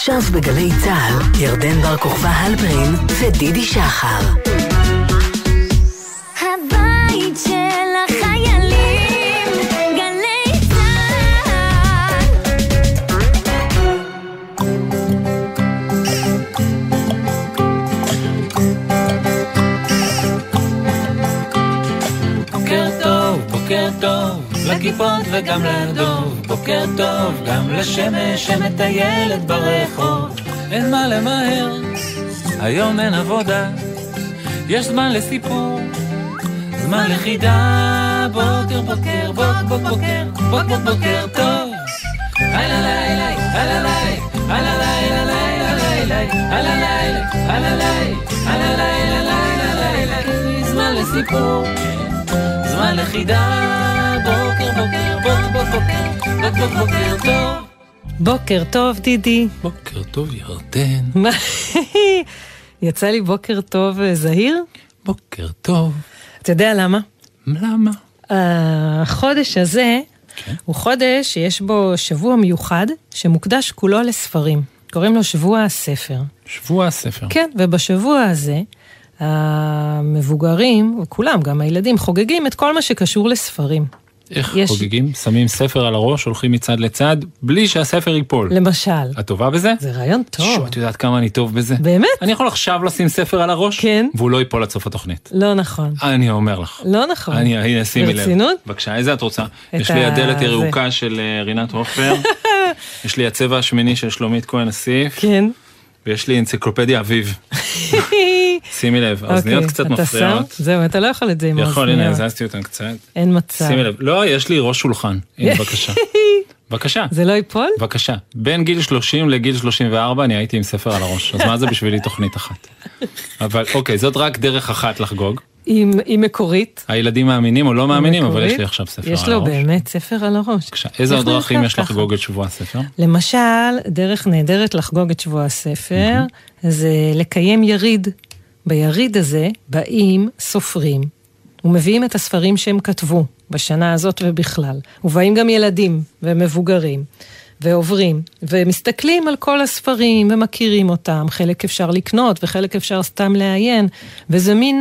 עכשיו בגלי צהל, ירדן בר כוכבא הלפרין ודידי שחר. הבית של החיילים, גלי צהל. בוקר טוב, בוקר טוב, לכיפות וגם לדוב. בוקר טוב, גם לשמש שמטיילת ברחוב. אין מה למהר, היום אין עבודה, יש זמן לסיפור, זמן לחידה. בוקר בוקר, בוק בוקר, בוק בוקר טוב. הלא לילה, הלא לילה, הלא לילה, לילה לילה, הלא לילה, הלא לילה, הלא לילה, לילה לילה. זמן לסיפור, זמן לחידה. בוקר בוקר, בוק בוקר, בוק בוקר טוב. בוקר טוב, דידי. בוקר טוב, ירדן. מה? יצא לי בוקר טוב זהיר? בוקר טוב. אתה יודע למה? למה? החודש הזה הוא חודש שיש בו שבוע מיוחד שמוקדש כולו לספרים. קוראים לו שבוע הספר. שבוע הספר. כן, ובשבוע הזה המבוגרים, וכולם, גם הילדים, חוגגים את כל מה שקשור לספרים. איך חוגגים? שמים ספר על הראש, הולכים מצד לצד, בלי שהספר ייפול. למשל. את טובה בזה? זה רעיון טוב. את יודעת כמה אני טוב בזה? באמת? אני יכול עכשיו לשים ספר על הראש, כן. והוא לא ייפול עד סוף התוכנית. לא נכון. אני אומר לך. לא נכון. הנה, שימי לב. ברצינות? בבקשה, איזה את רוצה? יש לי הדלת הירוקה של רינת הופר, יש לי הצבע השמיני של שלומית כהן אסיף, כן. ויש לי אנציקלופדיה אביב. שימי לב, האוזניות קצת מפריעות. זהו, אתה לא יכול את זה עם האוזניות. יכול, הנה, הזזתי אותן קצת. אין מצב. שימי לב, לא, יש לי ראש שולחן. הנה, בבקשה. בבקשה. זה לא ייפול? בבקשה. בין גיל 30 לגיל 34 אני הייתי עם ספר על הראש. אז מה זה בשבילי תוכנית אחת? אבל אוקיי, זאת רק דרך אחת לחגוג. היא מקורית. הילדים מאמינים או לא מאמינים, אבל יש לי עכשיו ספר על הראש. יש לו באמת ספר על הראש. בבקשה, איזה עוד דרכים יש לחגוג את שבוע הספר? למשל, דרך נהדרת לחגוג את שבוע הספר, זה לקיים יריד. ביריד הזה באים סופרים, ומביאים את הספרים שהם כתבו בשנה הזאת ובכלל. ובאים גם ילדים ומבוגרים, ועוברים, ומסתכלים על כל הספרים ומכירים אותם. חלק אפשר לקנות וחלק אפשר סתם לעיין, וזה מין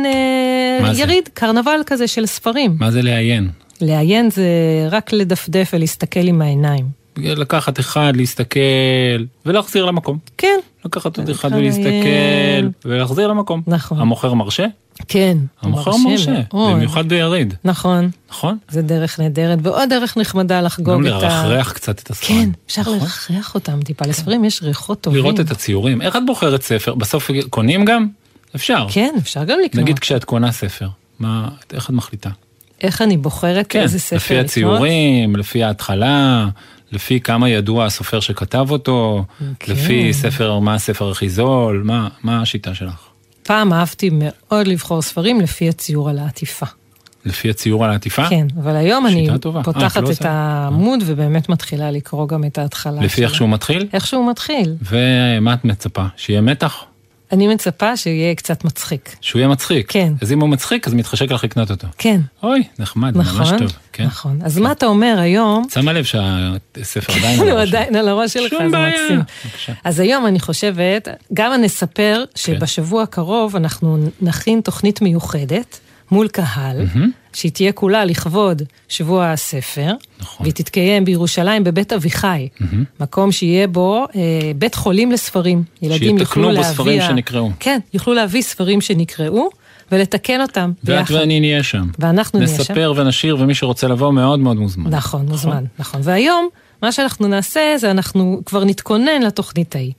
יריד, קרנבל כזה של ספרים. מה זה לעיין? לעיין זה רק לדפדף ולהסתכל עם העיניים. לקחת אחד, להסתכל, ולהחזיר למקום. כן. לקחת עוד אחד ולהסתכל, ולהחזיר למקום. נכון. המוכר מרשה? כן. המוכר מרשה, במיוחד ביריד. נכון. נכון? זה דרך נהדרת, ועוד דרך נחמדה לחגוג גם לרחרח קצת את הספרים. כן, אפשר לרחרח אותם טיפה. לספרים יש ריחות טובים. לראות את הציורים. איך את בוחרת ספר? בסוף קונים גם? אפשר. כן, אפשר גם לקנות. נגיד כשאת קונה ספר, איך את מחליטה? איך אני בוחרת איזה ספר לקנות? לפי הציורים, לפי ההתחלה, לפי כמה ידוע הסופר שכתב אותו, לפי ספר, מה הספר הכי זול, מה השיטה שלך? פעם אהבתי מאוד לבחור ספרים לפי הציור על העטיפה. לפי הציור על העטיפה? כן, אבל היום אני פותחת את העמוד ובאמת מתחילה לקרוא גם את ההתחלה. לפי איך שהוא מתחיל? איך שהוא מתחיל. ומה את מצפה? שיהיה מתח? אני מצפה שיהיה קצת מצחיק. שהוא יהיה מצחיק? כן. אז אם הוא מצחיק, אז מתחשק לך לקנות אותו. כן. אוי, נחמד, ממש טוב. כן. נכון. אז מה אתה אומר היום? שמה לב שהספר עדיין על הראש. עדיין על הראש שלך, זה מקסים. אז היום אני חושבת, גם נספר שבשבוע הקרוב אנחנו נכין תוכנית מיוחדת מול קהל, שהיא תהיה כולה לכבוד שבוע הספר, והיא תתקיים בירושלים בבית אביחי, מקום שיהיה בו בית חולים לספרים. ילדים יוכלו להביא... בספרים שנקראו. כן, יוכלו להביא ספרים שנקראו, ולתקן אותם. ואת ואני נהיה שם. ואנחנו נהיה שם. נספר ונשיר, ומי שרוצה לבוא מאוד מאוד מוזמן. נכון, מוזמן, נכון. והיום, מה שאנחנו נעשה, זה אנחנו כבר נתכונן לתוכנית ההיא.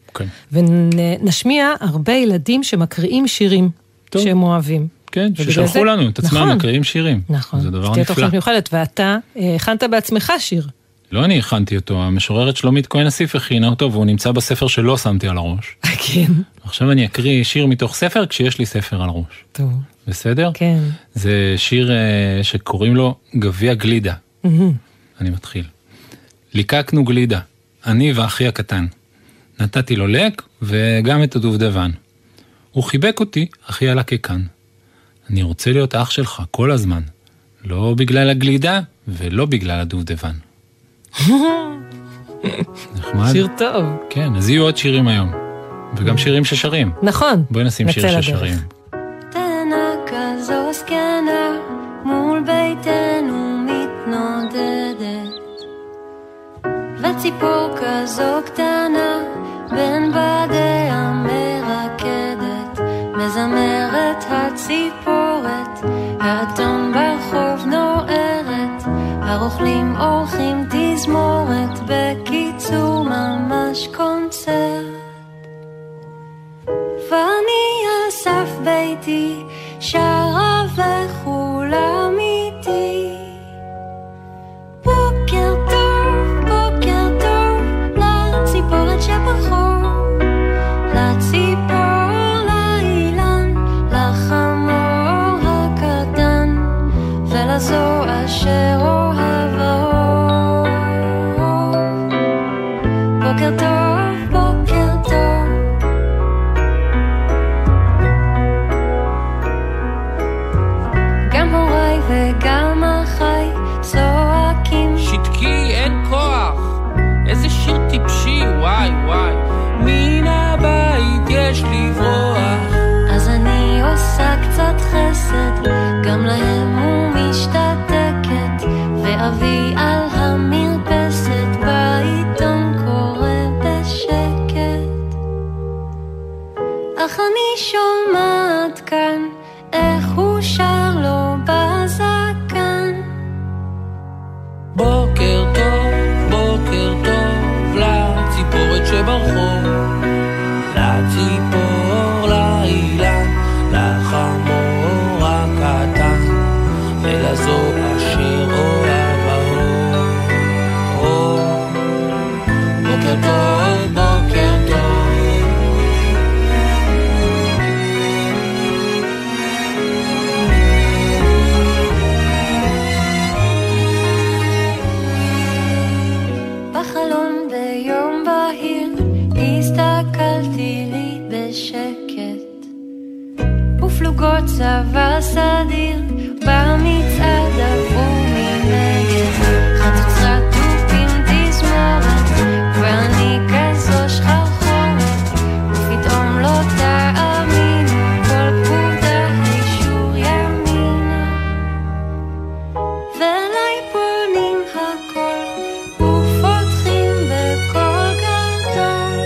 ונשמיע הרבה ילדים שמקריאים שירים שהם אוהבים. כן, ששלחו לנו את עצמם מקריאים שירים. נכון. זה דבר נפלא. תהיה תוכנית מיוחדת, ואתה הכנת בעצמך שיר. לא אני הכנתי אותו, המשוררת שלומית כהן אסיף הכינה אותו, והוא נמצא בספר שלא שמתי על הראש. כן. עכשיו אני אקריא שיר מתוך ספר, כשיש לי ספר על הראש. טוב. בסדר? כן. זה שיר שקוראים לו גביע גלידה. אני מתחיל. ליקקנו גלידה, אני ואחי הקטן. נתתי לו לק וגם את הדובדבן. הוא חיבק אותי, אחי על הקקן. אני רוצה להיות אח שלך כל הזמן. לא בגלל הגלידה ולא בגלל הדובדבן. נחמד. שיר טוב. כן, אז יהיו עוד שירים היום. וגם שירים ששרים. נכון. בואי נשים שיר ששרים. קטנה כזו זקנה מול ביתנו מתנודדת, וציפור כזו קטנה בין בדיה מרקדת, מזמרת הציפורת, האטום ברחוב נוערת, הרוכלים אורחים תזמורת, בקיצור ממש קונצרט. ואני על סף ביתי שרה וכולם איתי, בוקר טוב לציפורת שברחוב, לציפור, לאילן, לחמור הקטן, ולזו אשר אוהב האור. בוקר טוב, בוקר טוב, גם הוריי וגם אחי צועקים, שתקי, אין כוח, איזה שיר טיפשי, וואי וואי, מן הבית יש לברוח. אז אני עושה קצת חסד, גם להם ומשתתקת, ואבי על המרפסת בעיתון קורא בשקט. אך אני שומעת כאן איך הוא שר לו בזקן, בוקר טוב לציפורת שברחוב, לציפור, לאילן, לחמור הקטן, ולזו אשר אוהב האור. בוקר טוב, בוקר טוב, בחלון ביום בהיר הסתכלתי לי בשקט, ופלוגות צבא סדיר במצעד עברו מנגד, חצוצרת תופים תזמורת, ואני כזו שחרחורת, ופתאום לא תאמינו כל פקודה אישור ימינה, ואליי פונים הכל ופותחים בקול גדול.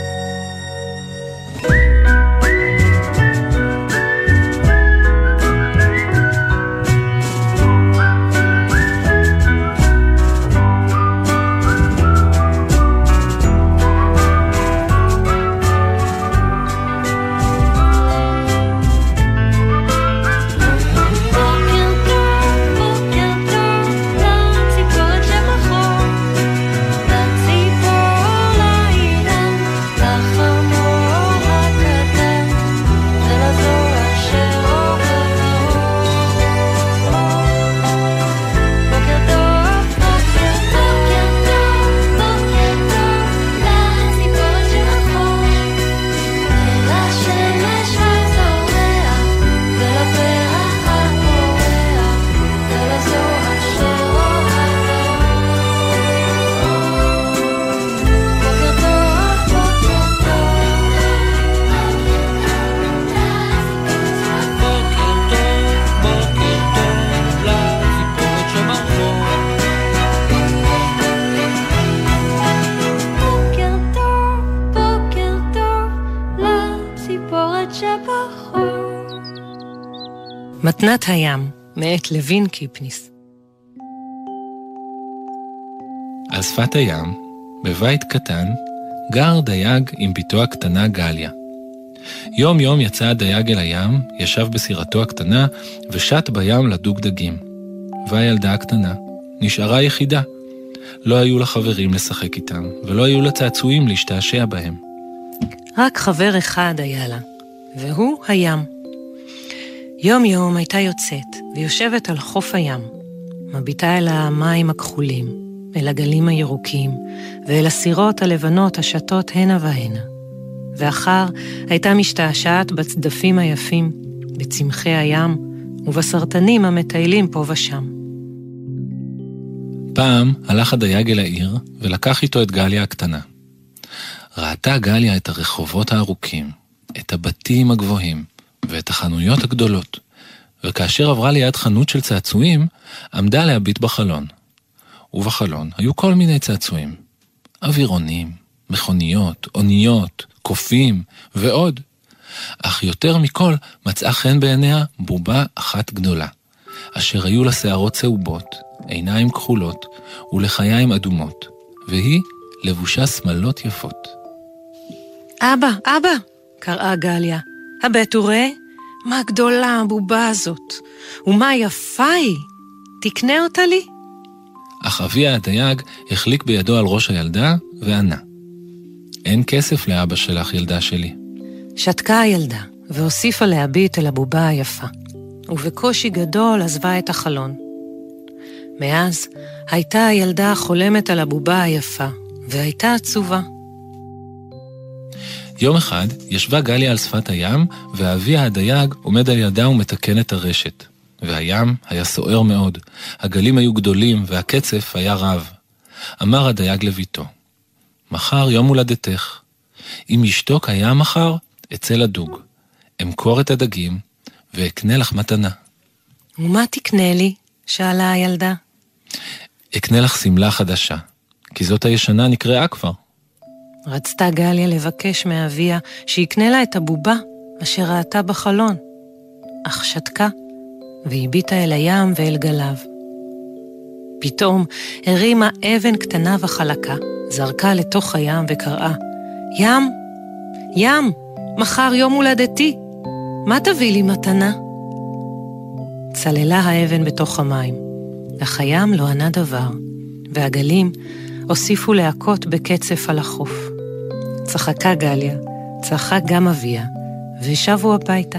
מתנת הים, מאת לוין קיפניס. על שפת הים, בבית קטן, גר דייג עם ביתו הקטנה גליה. יום יום יצא הדייג אל הים, ישב בסירתו הקטנה ושט בים לדוג דגים. והילדה הקטנה נשארה יחידה. לא היו לה חברים לשחק איתם, ולא היו לה צעצועים להשתעשע בהם. רק חבר אחד היה לה, והוא הים. יום יום הייתה יוצאת ויושבת על חוף הים, מביטה אל המים הכחולים, אל הגלים הירוקים, ואל הסירות הלבנות השטות הנה והנה. ואחר הייתה משתעשעת בצדפים היפים, בצמחי הים, ובסרטנים המטיילים פה ושם. פעם הלך הדייג אל העיר ולקח איתו את גליה הקטנה. ראתה גליה את הרחובות הארוכים, את הבתים הגבוהים ואת החנויות הגדולות, וכאשר עברה ליד חנות של צעצועים, עמדה להביט בחלון. ובחלון היו כל מיני צעצועים, אווירונים, מכוניות, אוניות, קופים ועוד. אך יותר מכל מצאה חן בעיניה בובה אחת גדולה, אשר היו לה שערות צהובות, עיניים כחולות ולחיים אדומות, והיא לבושה שמלות יפות. אבא, אבא, קראה גליה, הבט וראה, מה גדולה הבובה הזאת, ומה יפה היא, תקנה אותה לי? אך אביה הדייג החליק בידו על ראש הילדה וענה, אין כסף לאבא שלך, ילדה שלי. שתקה הילדה והוסיפה להביט אל הבובה היפה, ובקושי גדול עזבה את החלון. מאז הייתה הילדה חולמת על הבובה היפה, והייתה עצובה. יום אחד ישבה גליה על שפת הים, ואביה הדייג עומד על ידה ומתקן את הרשת. והים היה סוער מאוד, הגלים היו גדולים והקצף היה רב. אמר הדייג לביתו, מחר יום הולדתך. אם ישתוק הים מחר, אצא לדוג. אמכור את הדגים ואקנה לך מתנה. ומה תקנה לי? שאלה הילדה. אקנה לך סמלה חדשה, כי זאת הישנה נקראה כבר. רצתה גליה לבקש מאביה שיקנה לה את הבובה אשר ראתה בחלון, אך שתקה והביטה אל הים ואל גליו. פתאום הרימה אבן קטנה וחלקה, זרקה לתוך הים וקראה, ים, ים, מחר יום הולדתי, מה תביא לי מתנה? צללה האבן בתוך המים, אך הים לא ענה דבר, והגלים הוסיפו להכות בקצף על החוף. צחקה גליה, צחק גם אביה, ושבו הביתה.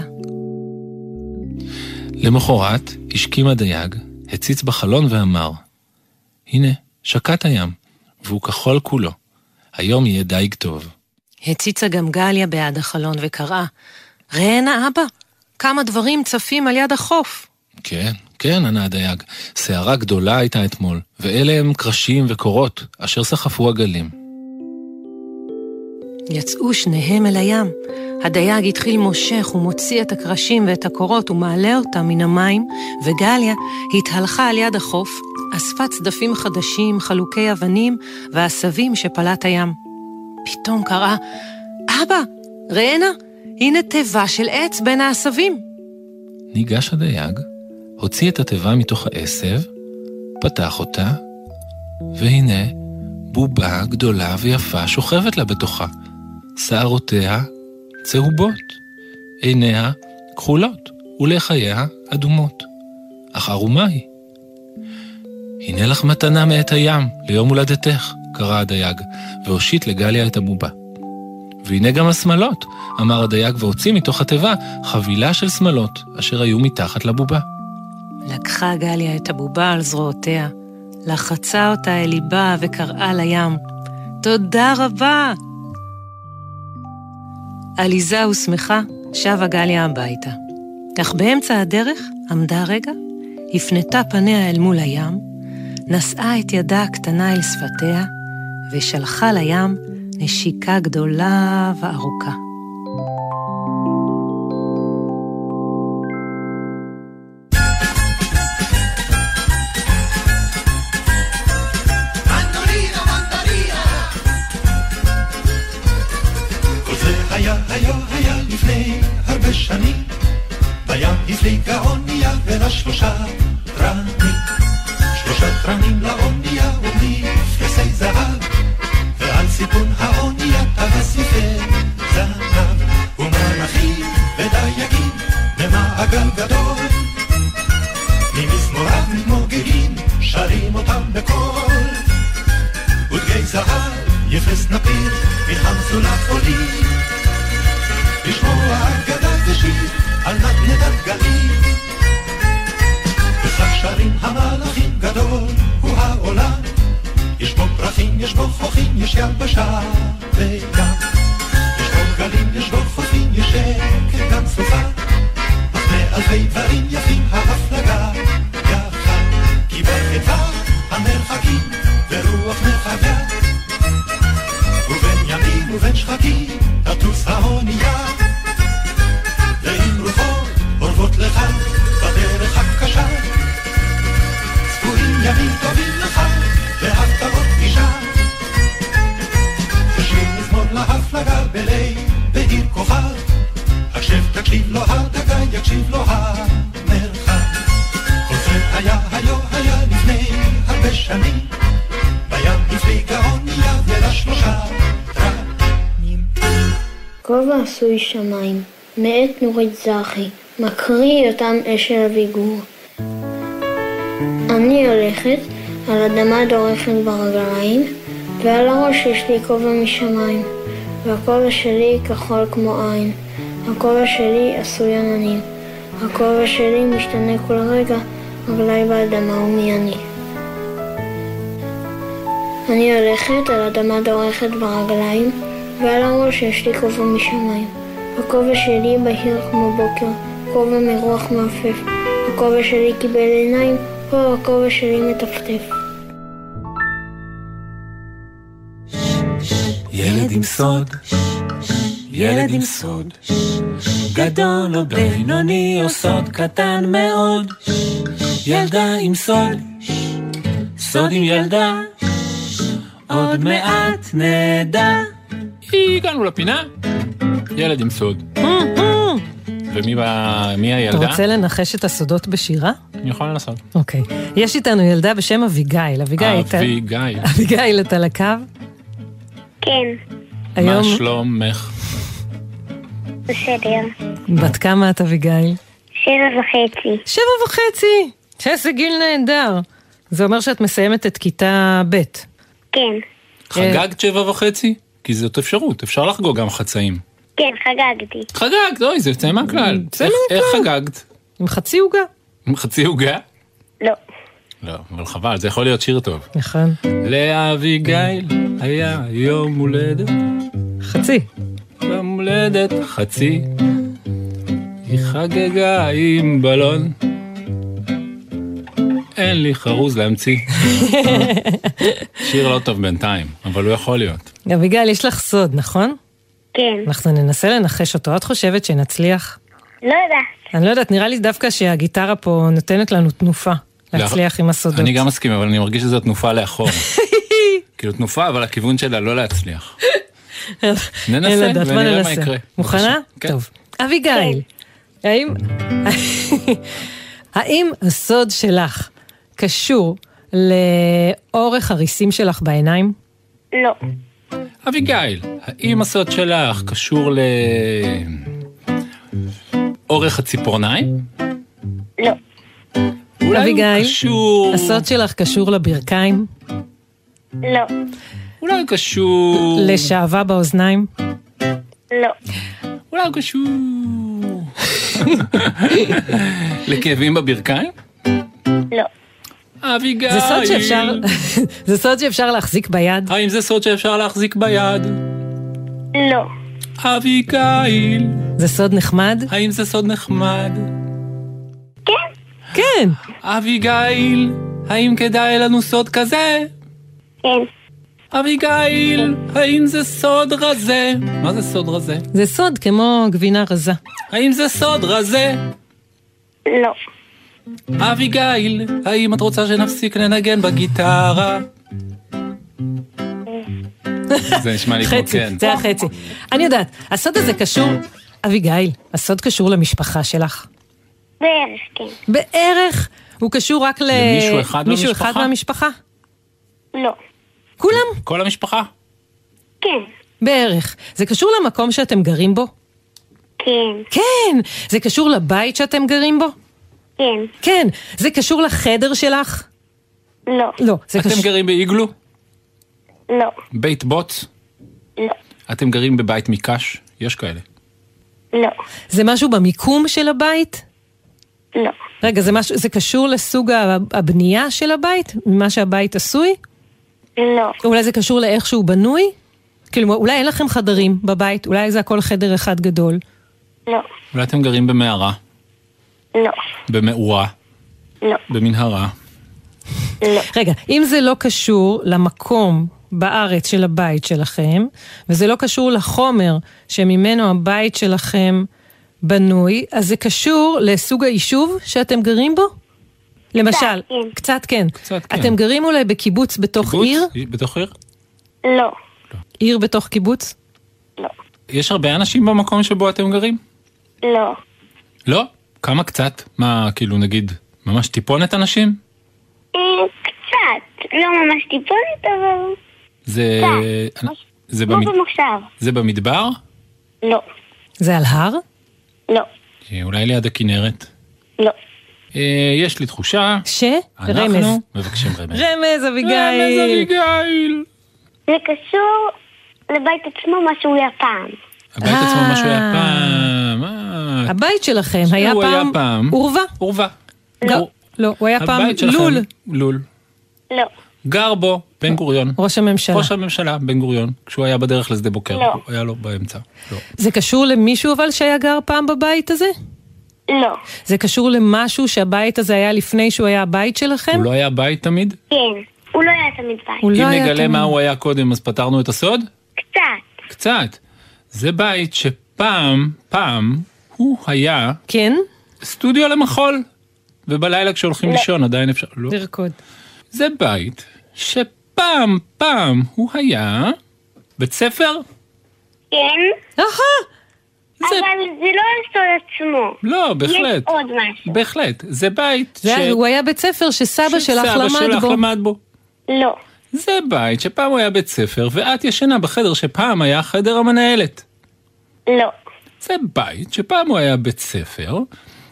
למחרת השכים הדייג, הציץ בחלון ואמר, הנה, שקט הים, והוא כחול כולו. היום יהיה דייג טוב. הציצה גם גליה בעד החלון וקראה, ראינה אבא, כמה דברים צפים על יד החוף. כן, כן, ענה הדייג. שערה גדולה הייתה אתמול, ואלה הם קרשים וקורות, אשר סחפו הגלים. יצאו שניהם אל הים. הדייג התחיל מושך ומוציא את הקרשים ואת הקורות ומעלה אותם מן המים, וגליה התהלכה על יד החוף, אספה צדפים חדשים, חלוקי אבנים ועשבים שפלט הים. פתאום קראה, אבא, ראינה, הנה תיבה של עץ בין העשבים. ניגש הדייג, הוציא את התיבה מתוך העשב, פתח אותה, והנה בובה גדולה ויפה שוכבת לה בתוכה. שערותיה צהובות, עיניה כחולות ולחייה אדומות, אך ערומה היא. הנה לך מתנה מאת הים ליום הולדתך, קרא הדייג, והושיט לגליה את הבובה. והנה גם השמלות, אמר הדייג והוציא מתוך התיבה חבילה של שמלות אשר היו מתחת לבובה. לקחה גליה את הבובה על זרועותיה, לחצה אותה אל ליבה וקראה לים, תודה רבה! עליזה ושמחה שבה גליה הביתה. אך באמצע הדרך עמדה רגע, הפנתה פניה אל מול הים, נשאה את ידה הקטנה אל שפתיה, ושלחה לים נשיקה גדולה וארוכה. היה לפני הרבה שנים, בים הפליגה אונייה ולשלושה תרנים. שלושה תרנים לאונייה ומפרסי זהב, ועל סיפון האונייה תבסיפי זנב. ומלאכים ודייגים במעגל גדול, ממזמוריו מתמוגגים, שרים אותם בקול. ודגי זהב יפס נפיר מן המצולת עולים, לשמוע אגדה ושיר על נדנדת גלים. בסך שרים המלאכים גדול הוא העולם, יש בו פרחים, יש בו חוכים, יש יבשה וים. יש בו גלים, יש בו חופים, יש שקט גם סופה, אך מאלפי דברים יפים ההפלגה יחד. כי בחטא המרחקים ובין שחקים תטוס האונייה, ועם רוחות אורבות לך בדרך הקשה, צפויים ימים טובים לך והפתעות פגישה, תשיר מזמור להפלגה בליל בעיר כוכב, הקשב תקשיב לו הדגה יקשיב לו המרחב, כל זה היה לפני הרבה שנים, בים הפליגה אונייה ולה 3 טרנים. כובע עשוי שמיים, מאת נורית זרחי, מקריא יותם אשל אביגור. אני הולכת על אדמה דורכת ברגליים, ועל הראש יש לי כובע משמיים, והכובע שלי כחול כמו עין. הכובע שלי עשוי עננים, הכובע שלי משתנה כל רגע, רגלי באדמה ומי אני. אני הולכת על אדמה דורכת ברגליים, ועל הראש יש לי כובע משמיים. הכובע שלי בהיר כמו בוקר, כובע מרוח מעפף. הכובע שלי קיבל עיניים, או הכובע שלי מטפטף. ילד עם סוד, ילד עם סוד, גדול או בינוני או סוד קטן מאוד, ילדה עם סוד, סוד עם ילדה, עוד מעט נדע. הגענו לפינה, ילד עם סוד. ומי הילדה? אתה רוצה לנחש את הסודות בשירה? אני יכול לנסות. אוקיי. יש איתנו ילדה בשם אביגיל. אביגיל, אתה על הקו? כן. מה שלומך? בסדר. בת כמה את אביגיל? 7.5. 7.5! איזה גיל נהדר. זה אומר שאת מסיימת את כיתה ב'. כן. חגגת 7.5? כי זאת אפשרות, אפשר לחגוג גם חצאים. כן, חגגתי. חגגת, אוי, זה יוצא מהכלל. איך חגגת? עם חצי עוגה. עם חצי עוגה? לא. לא, אבל חבל, זה יכול להיות שיר טוב. נכון. לאביגיל היה יום הולדת. חצי. יום הולדת חצי. היא חגגה עם בלון. אין לי חרוז להמציא. שיר לא טוב בינתיים, אבל הוא יכול להיות. אביגיל, יש לך סוד, נכון? כן. אנחנו ננסה לנחש אותו. את חושבת שנצליח? לא יודעת. אני לא יודעת, נראה לי דווקא שהגיטרה פה נותנת לנו תנופה להצליח עם הסודות. אני גם מסכים, אבל אני מרגיש שזו תנופה לאחור. כאילו תנופה, אבל הכיוון שלה לא להצליח. ננסה ונראה מה יקרה. מוכנה? טוב. אביגיל, האם הסוד שלך קשור לאורך הריסים שלך בעיניים? לא. אביגיל, האם הסוד שלך קשור לאורך הציפורניים? לא. אביגיל, קשור... הסוד שלך קשור לברכיים? לא. אולי הוא קשור... לשעבה באוזניים? לא. אולי הוא קשור... לכאבים בברכיים? לא. אביגיל... זה סוד שאפשר להחזיק ביד? האם זה סוד שאפשר להחזיק ביד? לא. אביגיל... זה סוד נחמד? האם זה סוד נחמד? כן. כן. אביגיל, האם כדאי לנו סוד כזה? כן. אביגיל, האם זה סוד רזה? מה זה סוד רזה? זה סוד כמו גבינה רזה. האם זה סוד רזה? לא. אביגיל, האם את רוצה שנפסיק לנגן בגיטרה? זה נשמע לי כמו כן. זה החצי. אני יודעת, הסוד הזה קשור... אביגיל, הסוד קשור למשפחה שלך? בערך, כן. בערך? הוא קשור רק למישהו אחד מישהו אחד מהמשפחה? לא. כולם? כל המשפחה? כן. בערך. זה קשור למקום שאתם גרים בו? כן. כן. זה קשור לבית שאתם גרים בו? כן. כן. זה קשור לחדר שלך? לא. לא. אתם גרים באיגלו? לא. בית בוץ? לא. אתם גרים בבית מקש? יש כאלה. לא. זה משהו במיקום של הבית? לא. רגע, זה קשור לסוג הבנייה של הבית? ממה שהבית עשוי? לא. אולי זה קשור לאיך שהוא בנוי? כאילו, אולי אין לכם חדרים בבית? אולי זה הכל חדר אחד גדול? לא. אולי אתם גרים במערה? לא. במאורה? לא. במנהרה? לא. רגע, אם זה לא קשור למקום בארץ של הבית שלכם, וזה לא קשור לחומר שממנו הבית שלכם בנוי, אז זה קשור לסוג היישוב שאתם גרים בו? למשל, קצת כן. אתם גרים אולי בקיבוץ בתוך עיר? בתוך עיר? לא. עיר בתוך קיבוץ? לא. יש הרבה אנשים במקום שבו אתם גרים? לא. לא? כמה קצת? מה, כאילו נגיד, ממש טיפונת אנשים? קצת. לא ממש טיפונת, אבל... זה כמו במושב. זה במדבר? לא. זה על הר? לא. אולי ליד הכנרת? לא. יש לי תחושה... רמז. אנחנו מבקשים רמז. רמז, אביגיל. רמז, אביגיל. זה קשור לבית עצמו מה שהוא היה פעם. הבית עצמו מה שהוא היה פעם. הבית שלכם היה פעם עורבה? עורבה. לא, הוא היה פעם לול. לול. לא. גר בו בן גוריון. ראש הממשלה. ראש הממשלה, בן גוריון, כשהוא היה בדרך לשדה בוקר. לא. הוא היה לו באמצע. לא. זה קשור למישהו אבל שהיה גר פעם בבית הזה? לא. זה קשור למשהו שהבית הזה היה לפני שהוא היה הבית שלכם? הוא לא היה בית תמיד? כן, הוא לא היה תמיד בית. אם נגלה מה הוא היה קודם, אז פתרנו את הסוד? קצת. זה בית שפעם הוא היה... כן? סטודיו למחול. ובלילה כשהולכים לישון עדיין אפשר... לא. לרקוד. זה בית שפעם הוא היה בית ספר? כן. אבל זה לא הסוד עצמו. לא, בהחלט. יש עוד משהו. בהחלט. זה בית הוא היה בית ספר שסבא שלך למד בו. לא. זה בית שפעם הוא היה בית ספר, ואת ישנה בחדר שפעם היה חדר המנהלת. לא. זה בית שפעם הוא היה בית ספר,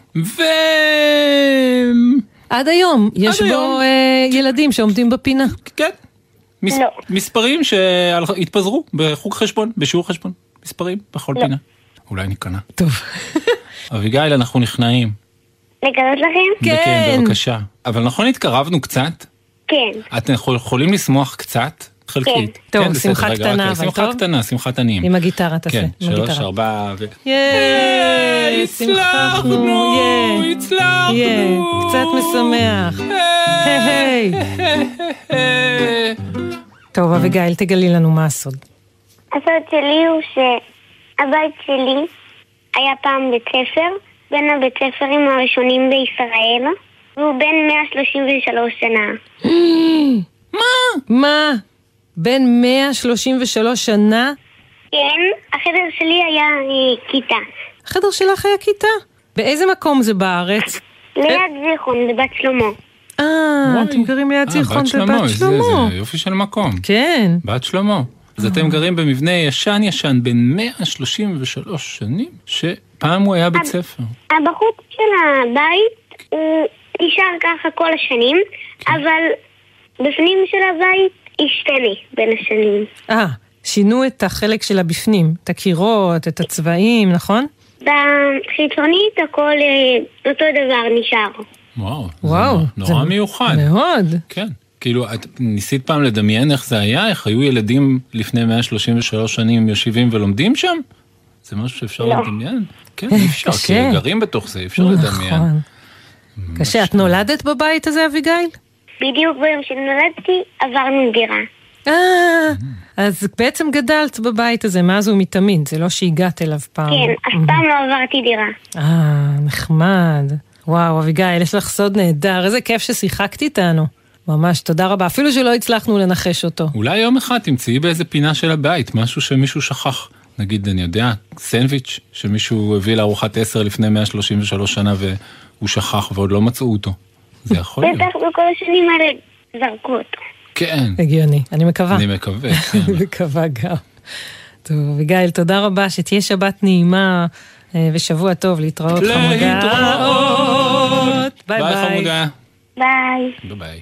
עד היום יש בו ילדים שעומדים בפינה. כן. מספרים שהתפזרו בחוג חשבון, בשיעור חשבון. מספרים בכל פינה. אולי נקנה. טוב. אביגיל, אנחנו נכנעים. לגלות לכם? כן, בבקשה. אבל נכון התקרבנו קצת? כן. אתם יכולים לשמוח קצת? חלקית. טוב, שמחה קטנה, אבל טוב. שמחה קטנה, שמחת עניים. עם הגיטרה תעשה. כן, 3, 4 ו... הצלחנו, קצת משמח. היי. טוב, אביגיל, תגלי לנו מה הסוד. הסוד שלי הוא שהבית שלי היה פעם בית ספר, בין הבית ספרים הראשונים בישראל, והוא בן 133 שנה. מה? בין 133 שנה? כן, החדר שלי היה כיתה. החדר שלך היה כיתה? באיזה מקום זה בארץ? ליד זיכרון, בבת שלמה. אתם גרים ליד זיכרון בבת שלמה. זה יופי של מקום. כן. בת שלמה. אז אתם גרים במבנה ישן בין 133 שנים, שפעם הוא היה בית ספר. הבחוץ של הבית הוא נשאר ככה כל השנים, אבל בפנים של הבית השתנה בין השנים. שינו את החלק של הבפנים, את הקירות, את הצבעים, נכון? בחיצונית הכל אותו דבר נשאר. וואו, זה נורא מיוחד. מאוד. כן. כאילו, את ניסית פעם לדמיין איך זה היה? איך היו ילדים לפני 133 שנים יושבים ולומדים שם? זה משהו שאפשר לדמיין? כן, אפשר, כי גרים בתוך זה, אפשר לדמיין. קשה, את נולדת בבית הזה, אביגיל? בדיוק ביום שנולדתי עברנו דירה. אז בעצם גדלת בבית הזה, מאז ומתמיד, זה לא שהגעת אליו פעם. כן, אף פעם לא עברתי דירה. נחמד. וואו, אביגיל, יש לך סוד נהדר, איזה כיף ששיחקת איתנו. ממש, תודה רבה, אפילו שלא הצלחנו לנחש אותו. אולי יום אחד תמצאי באיזה פינה של הבית, משהו שמישהו שכח. נגיד, אני יודע, סנדוויץ' שמישהו הביא לארוחת 10 לפני 133 שנה והוא שכח ועוד לא מצאו אותו. זה יכול להיות. בטח בכל השנים האלה זרקו אותו. כן. הגיוני, אני מקווה. אני מקווה, כן. אני מקווה גם. טוב, אביגיל, תודה רבה, שתהיה שבת נעימה ושבוע טוב, להתראות חמודה. להתראות. ביי ביי. ביי חמודה. ביי. ביי ביי.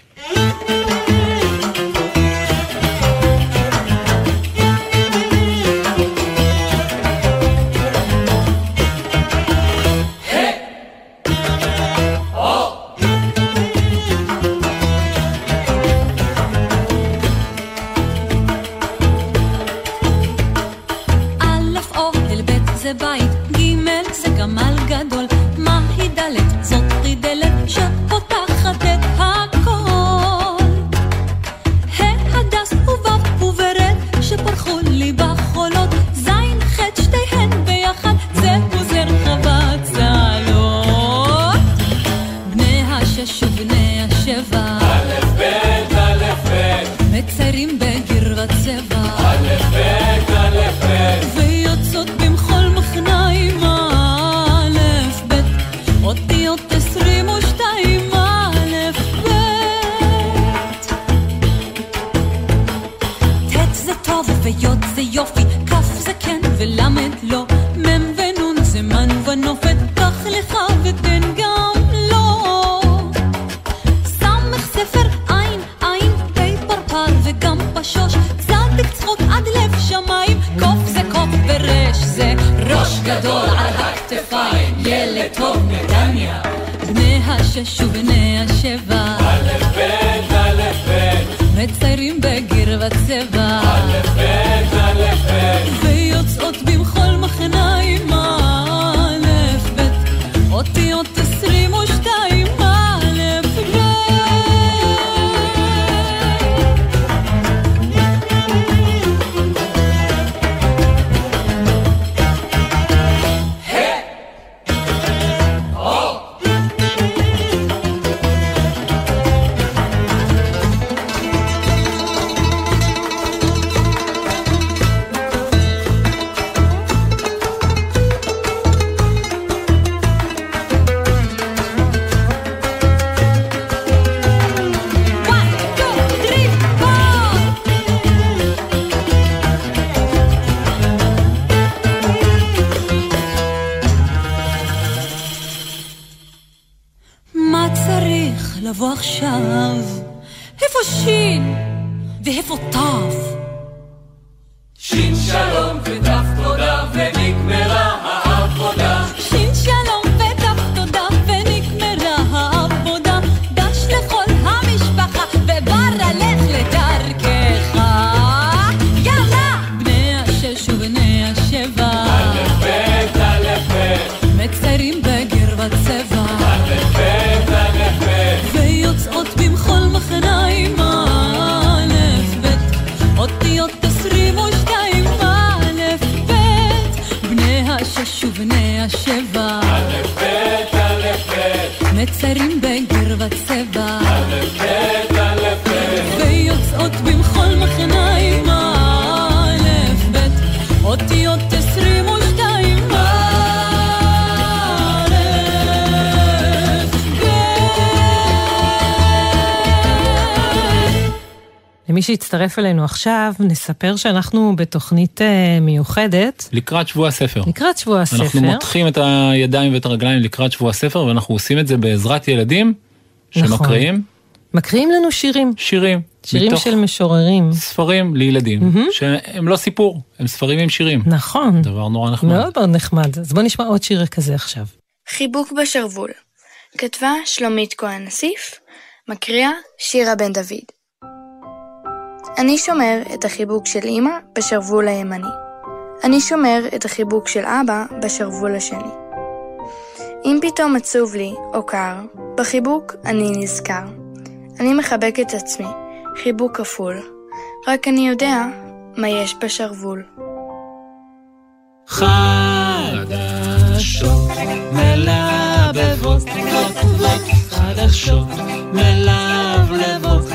זה בית, ג' זה גמל גדול, מהי ד' זאת רידלת שפותחת את הכל. הדס ובב זה כן ולמד לא, מם ונון זה מן ונופת, קח לך ותן גם לא. סמך ספר עין עין, פי פרפר וגם פשוש, צדיק צחוק עד לב שמיים, קוף זה קוף ורש זה ראש גדול על הכתפיים, ילד טוב נתניה, בני השש ובני השבע, אלף בית אלף בית, מציירים בגיר וצבע, אלף בית אלף בית, ויוצאות במחול מחניים, אלף בית, אותיות 22, אלף בית. לבוא עכשיו, איפה שין ואיפה תף? שין שלום ותף תודה ונגמרה העבודה, שין שלום ותף תודה ונגמרה העבודה, דש לכל המשפחה ובר הלך לדרכך, יאללה! בני השש ובני השבע, אלף בית אלף בית, מציירים בגר וצבע, אלף בית אלף בית, ויוצאות במחול מחניים, אלף בית, אותיות 22, אלף בית, בני השש ובני השבע, אלף בית אלף בית, מציירים בגר וצבע, אלף בית אלף בית, ויוצאות במחול מחניים, אלף בית, אותיות 22, אלף בית. למי שהצטרף אלינו עכשיו, נספר שאנחנו בתוכנית מיוחדת. לקראת שבוע הספר. לקראת שבוע הספר. אנחנו מותחים את הידיים ואת הרגליים לקראת שבוע הספר, ואנחנו עושים את זה בעזרת ילדים שמקריאים. נכון. מקריאים לנו שירים. שירים. שירים של משוררים. ספרים לילדים, שהם לא סיפור, הם ספרים עם שירים. נכון. דבר נורא נחמד. מאוד מאוד נחמד. אז בוא נשמע עוד שיר כזה עכשיו. חיבוק בשרוול. כתבה שלומית כהן אסיף, מקריאה שירה בן דוד. אני שומר את החיבוק של אמא בשרוול הימני. אני שומר את החיבוק של אבא בשרוול השני. אם פתאום עצוב לי או קר, בחיבוק אני נזכר. אני מחבק את עצמי, חיבוק כפול. רק אני יודע מה יש בשרוול. חדשות מלבבות, חדשות מלבלבות,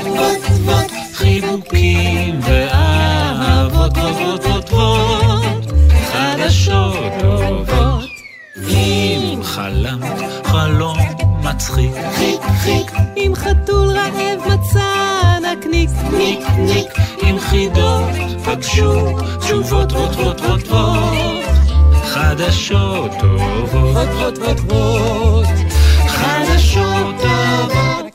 חיבוקים ואהבות טובות טובות, חדשות טובות. אם חלמת חלום מצחיק, חיק חיק, אם חתול רעב מצא נקניק, ניק ניק, אם חידות פגשו תשובות רוטבות רוטבות, חדשות טובות רוטבות רוטבות, חדשות טובות,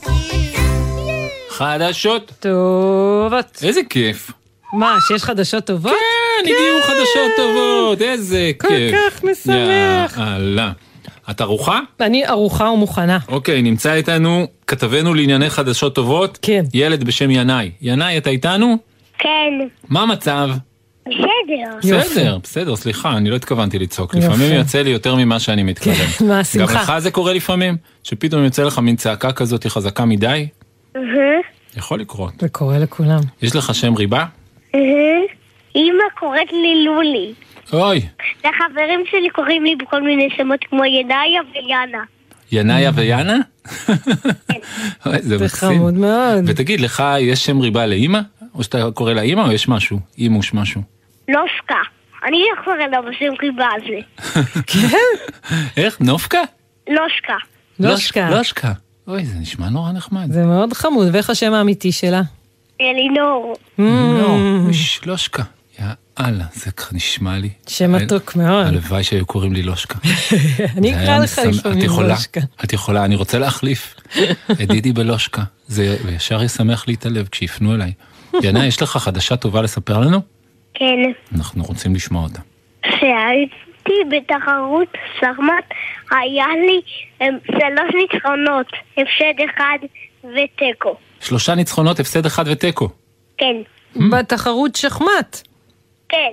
חדשות טובות. איזה כיף. מה, שיש חדשות טובות? כן, הגיעו חדשות טובות, איזה כיף. כל כך משמח. יאללה. את ערוכה? אני ערוכה ומוכנה. אוקיי, נמצא איתנו כתבנו לענייני חדשות טובות. כן. ילד בשם ינאי. ינאי, אתה איתנו? כן. מה המצב? בסדר. בסדר, סליחה, אני לא התכוונתי לצעוק. לפעמים יוצא לי יותר ממה שאני מתכוון. כן, מה השמחה? גם לך זה קורה לפעמים? שפתאום יוצא לך מין צעקה כזאת חזקה מדי? יכול לקרות. זה קורה לכולם. יש לך שם ריבה? אמא קוראת לי לולי. אוי. והחברים שלי קוראים לי בכל מיני שמות כמו ינאיה ויאנה. ינאיה ויאנה? אוי, זה חמוד מאוד. ותגיד, לך יש שם ריבה לאמא? או שאתה קורא לה אמא או יש משהו? אימוש משהו? נופקה. אני קורא לה בשם ריבה הזה. כן? איך? נופקה? לושקה. לושקה. אוי, זה נשמע נורא נחמד. זה מאוד חמוד. ואיך השם האמיתי שלה? אלינור. לא, לושקה. יאללה, זה נשמע לי. שם מתוק מאוד. הלוואי שהיו קוראים לי לושקה. אני אקרא לך לפעמים לושקה. את יכולה, אני רוצה להחליף. את דידי בלושקה. זה ישר ישמח לי את הלב כשיפנו אליי. ינאי, יש לך חדשה טובה לספר לנו? כן. אנחנו רוצים לשמוע אותה. כשהייתי בתחרות שחמט, היה לי 3 ניצחונות, הפסד 1 ותיקו. 3 ניצחונות, הפסד 1 ותיקו. כן. בתחרות שחמט? כן.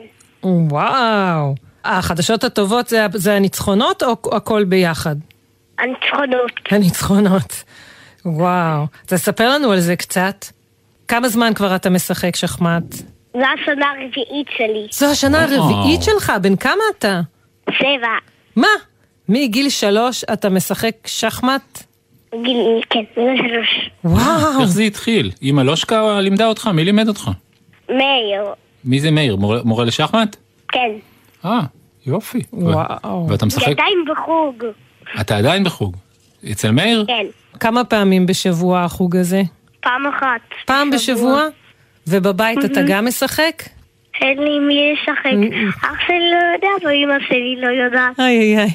וואו. החדשות הטובות זה הניצחונות או הכל ביחד? הניצחונות. הניצחונות. וואו. תספר לנו על זה קצת. כמה זמן כבר אתה משחק שחמט? זו השנה הרביעית שלי. זו השנה הרביעית שלך? בן כמה אתה? 7. מה? מגיל 3 אתה משחק שחמט? כן, מגיל 3. וואו. איך זה התחיל? אמא לושקה לימדה אותך? מי לימד אותך? מאיר. מי זה מאיר? מורה לשחמט? כן. יופי. וואו. ואתה משחק? אני עדיין בחוג. אתה עדיין בחוג? אצל מאיר? כן. כמה פעמים בשבוע החוג הזה? פעם אחת. פעם בשבוע? ובבית אתה גם משחק? אין לי מי לשחק. אח שלי לא יודע, ואמא שלי לא יודעת. איי.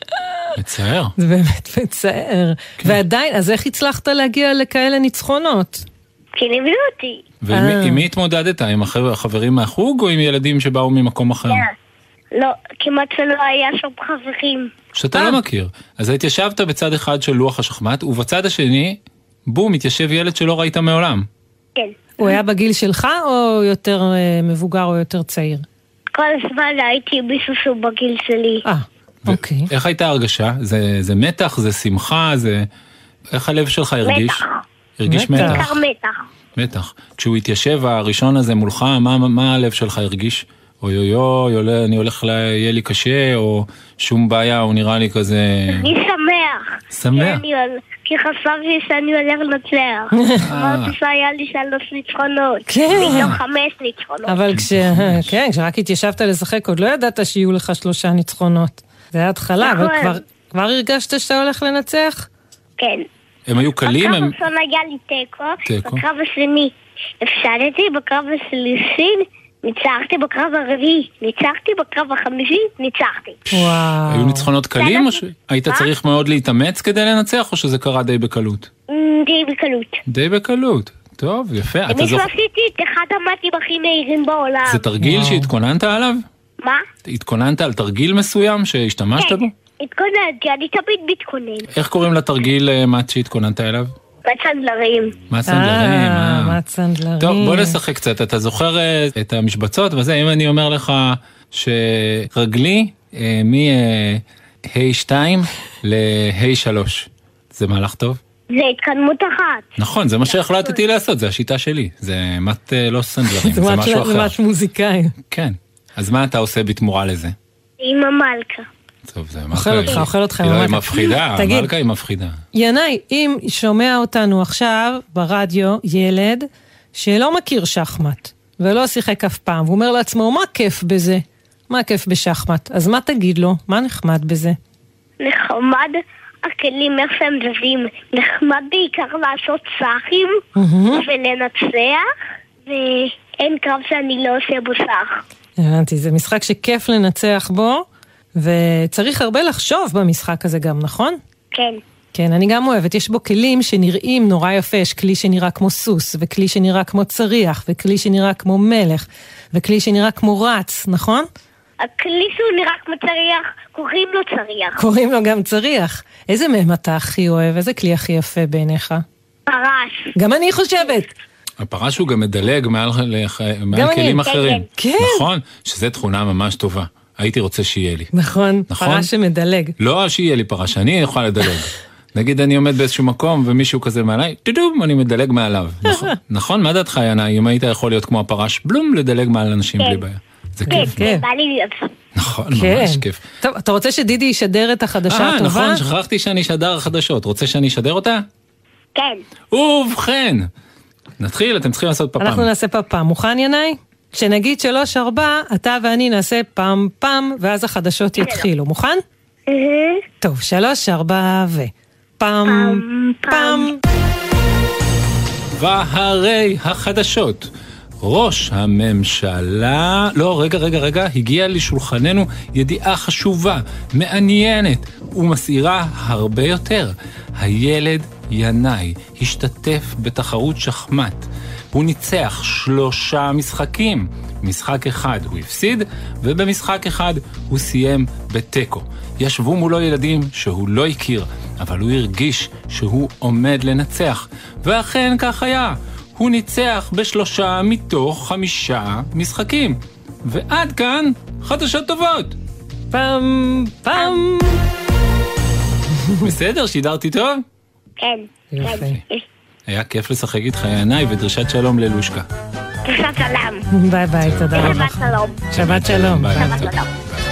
מצער. זה באמת מצער. ועדיין, אז איך הצלחת להגיע לכאלה ניצחונות? כי לימדו אותי. ועם מי התמודדת? עם החברים מהחוג או עם ילדים שבאו ממקום אחר? לא, כמעט שלא היה שם חברים. שאתה לא מכיר. אז התיישבת בצד אחד של לוח השחמט, ובצד השני, בום, התיישב ילד שלא ראית מעולם. כן. הוא היה בגיל שלך או יותר מבוגר או יותר צעיר? כל הזמן הייתי מישהו שהוא בגיל שלי. אוקיי. איך הייתה הרגשה? זה מתח, זה שמחה, זה... איך הלב שלך הרגיש? מתח. הרגיש מתח. בעיקר מתח. מתח. כשהוא התיישב הראשון הזה מולך, מה הלב שלך הרגיש? אוי, אני הולך יהיה לי קשה, או שום בעיה, הוא נראה לי כזה... אני שמח. שמח. כי חשבתי שאני הולך לנצח. אמרתי שהיה לי 3 ניצחונות. כן. מתוך 5 ניצחונות. אבל כשרק התיישבת לשחק, עוד לא ידעת שיהיו לך 3 ניצחונות. זה היה התחלה, אבל כבר הרגשת שאתה הולך לנצח? כן. הם היו קלים? בקרב הראשון היה לי תיקו. בקרב השני הפסדתי, בקרב השלישי ניצחתי, בקרב הרביעי ניצחתי, בקרב החמישי ניצחתי. וואו. היו ניצחונות קלים או שהיית צריך מאוד להתאמץ כדי לנצח או שזה קרה די בקלות? די בקלות. די בקלות. טוב, יפה. אני עשיתי את אחד המתים הכי מהירים בעולם. זה תרגיל שהתכוננת עליו? מה? התכוננת על תרגיל מסוים שהשתמשת בו? התכוננתי, אני תמיד מתכונן. איך קוראים לתרגיל מת שהתכוננת אליו? מצנדלרים. מצנדלרים. טוב, בוא נשחק קצת. אתה זוכר את המשבצות וזה, אם אני אומר לך שרגלי מ-H2 ל-H3, זה מהלך טוב? זה התקדמות אחת. נכון, זה מה שהחלטתי לעשות, זה השיטה שלי. זה מת לא סנדלרים, זה משהו אחר. זה מת מוזיקאי. כן. אז מה אתה עושה בתמורה לזה? עם המלכה. טוב, זה אוכל אותך. היא מפחידה, המלכה היא מפחידה. ינאי, אם שומע אותנו עכשיו ברדיו ילד שלא מכיר שחמט ולא שיחק אף פעם, והוא אומר לעצמו, מה כיף בזה? מה כיף בשחמט? אז מה תגיד לו? מה נחמד בזה? נחמד הכלים איך שהם זזים. נחמד בעיקר לעשות צחים ולנצח, ואין קרב שאני לא עושה בו צח. הבנתי, זה משחק שכיף לנצח בו, וצריך הרבה לחשוב במשחק הזה גם, נכון? כן. כן, אני גם אוהבת. יש בו כלים שנראים נורא יפה. יש כלי שנראה כמו סוס, וכלי שנראה כמו צריח, וכלי שנראה כמו מלך, וכלי שנראה כמו רץ, נכון? הכלי שהוא נראה כמו צריח, קוראים לו צריח. קוראים לו גם צריח. איזה מהם אתה הכי אוהב? איזה כלי הכי יפה בעיניך? פרש. גם אני חושבת. הפרש הוא גם מדלג מעל כלים אחרים. כן. נכון, שזו תכונה ממש טובה. הייתי רוצה שיהיה לי. נכון, פרש שמדלג. לא שיהיה לי פרש, אני יכול לדלג. נגיד אני עומד באיזשהו מקום ומישהו כזה מעליי, טודום, אני מדלג מעליו. נכון? מה דעתך ינאי? אם היית יכול להיות כמו הפרש, בלום, לדלג מעל אנשים בלי בעיה. זה כיף. כן, בא לי להיות. נכון, ממש כיף. טוב, אתה רוצה שדידי ישדר את החדשה הטובה? נכון, שכחתי שאני אשדר החדשות. רוצה שאני אשדר אותה? כן. ובכן, נתחיל, אתם צריכים לעשות פעם. אנחנו נעשה פעם. מוכן ינאי? כשנגיד 3-4, אתה ואני נעשה פעם, ואז החדשות יתחילו. מוכן? טוב, 3-4 פעם. והרי החדשות. ראש הממשלה... לא, רגע, הגיעה לשולחננו ידיעה חשובה, מעניינת ומסעירה הרבה יותר. הילד ינאי השתתף בתחרות שחמט. הוא ניצח 3 משחקים. משחק אחד הוא הפסיד, ובמשחק אחד הוא סיים בטקו. ישבו מולו ילדים שהוא לא הכיר, אבל הוא הרגיש שהוא עומד לנצח. ואכן כך היה. הוא ניצח ב3 מתוך 5 משחקים. ועד כאן חדשות טובות. פם פם. בסדר, שידרתי טוב? כן. יפה. היה כיף לשחק איתך ינאי, ודרישת שלום ללושקה. דרישת שלום. ביי ביי, תודה רבה. שבת שלום. שבת שלום. ביי. שבת שלום.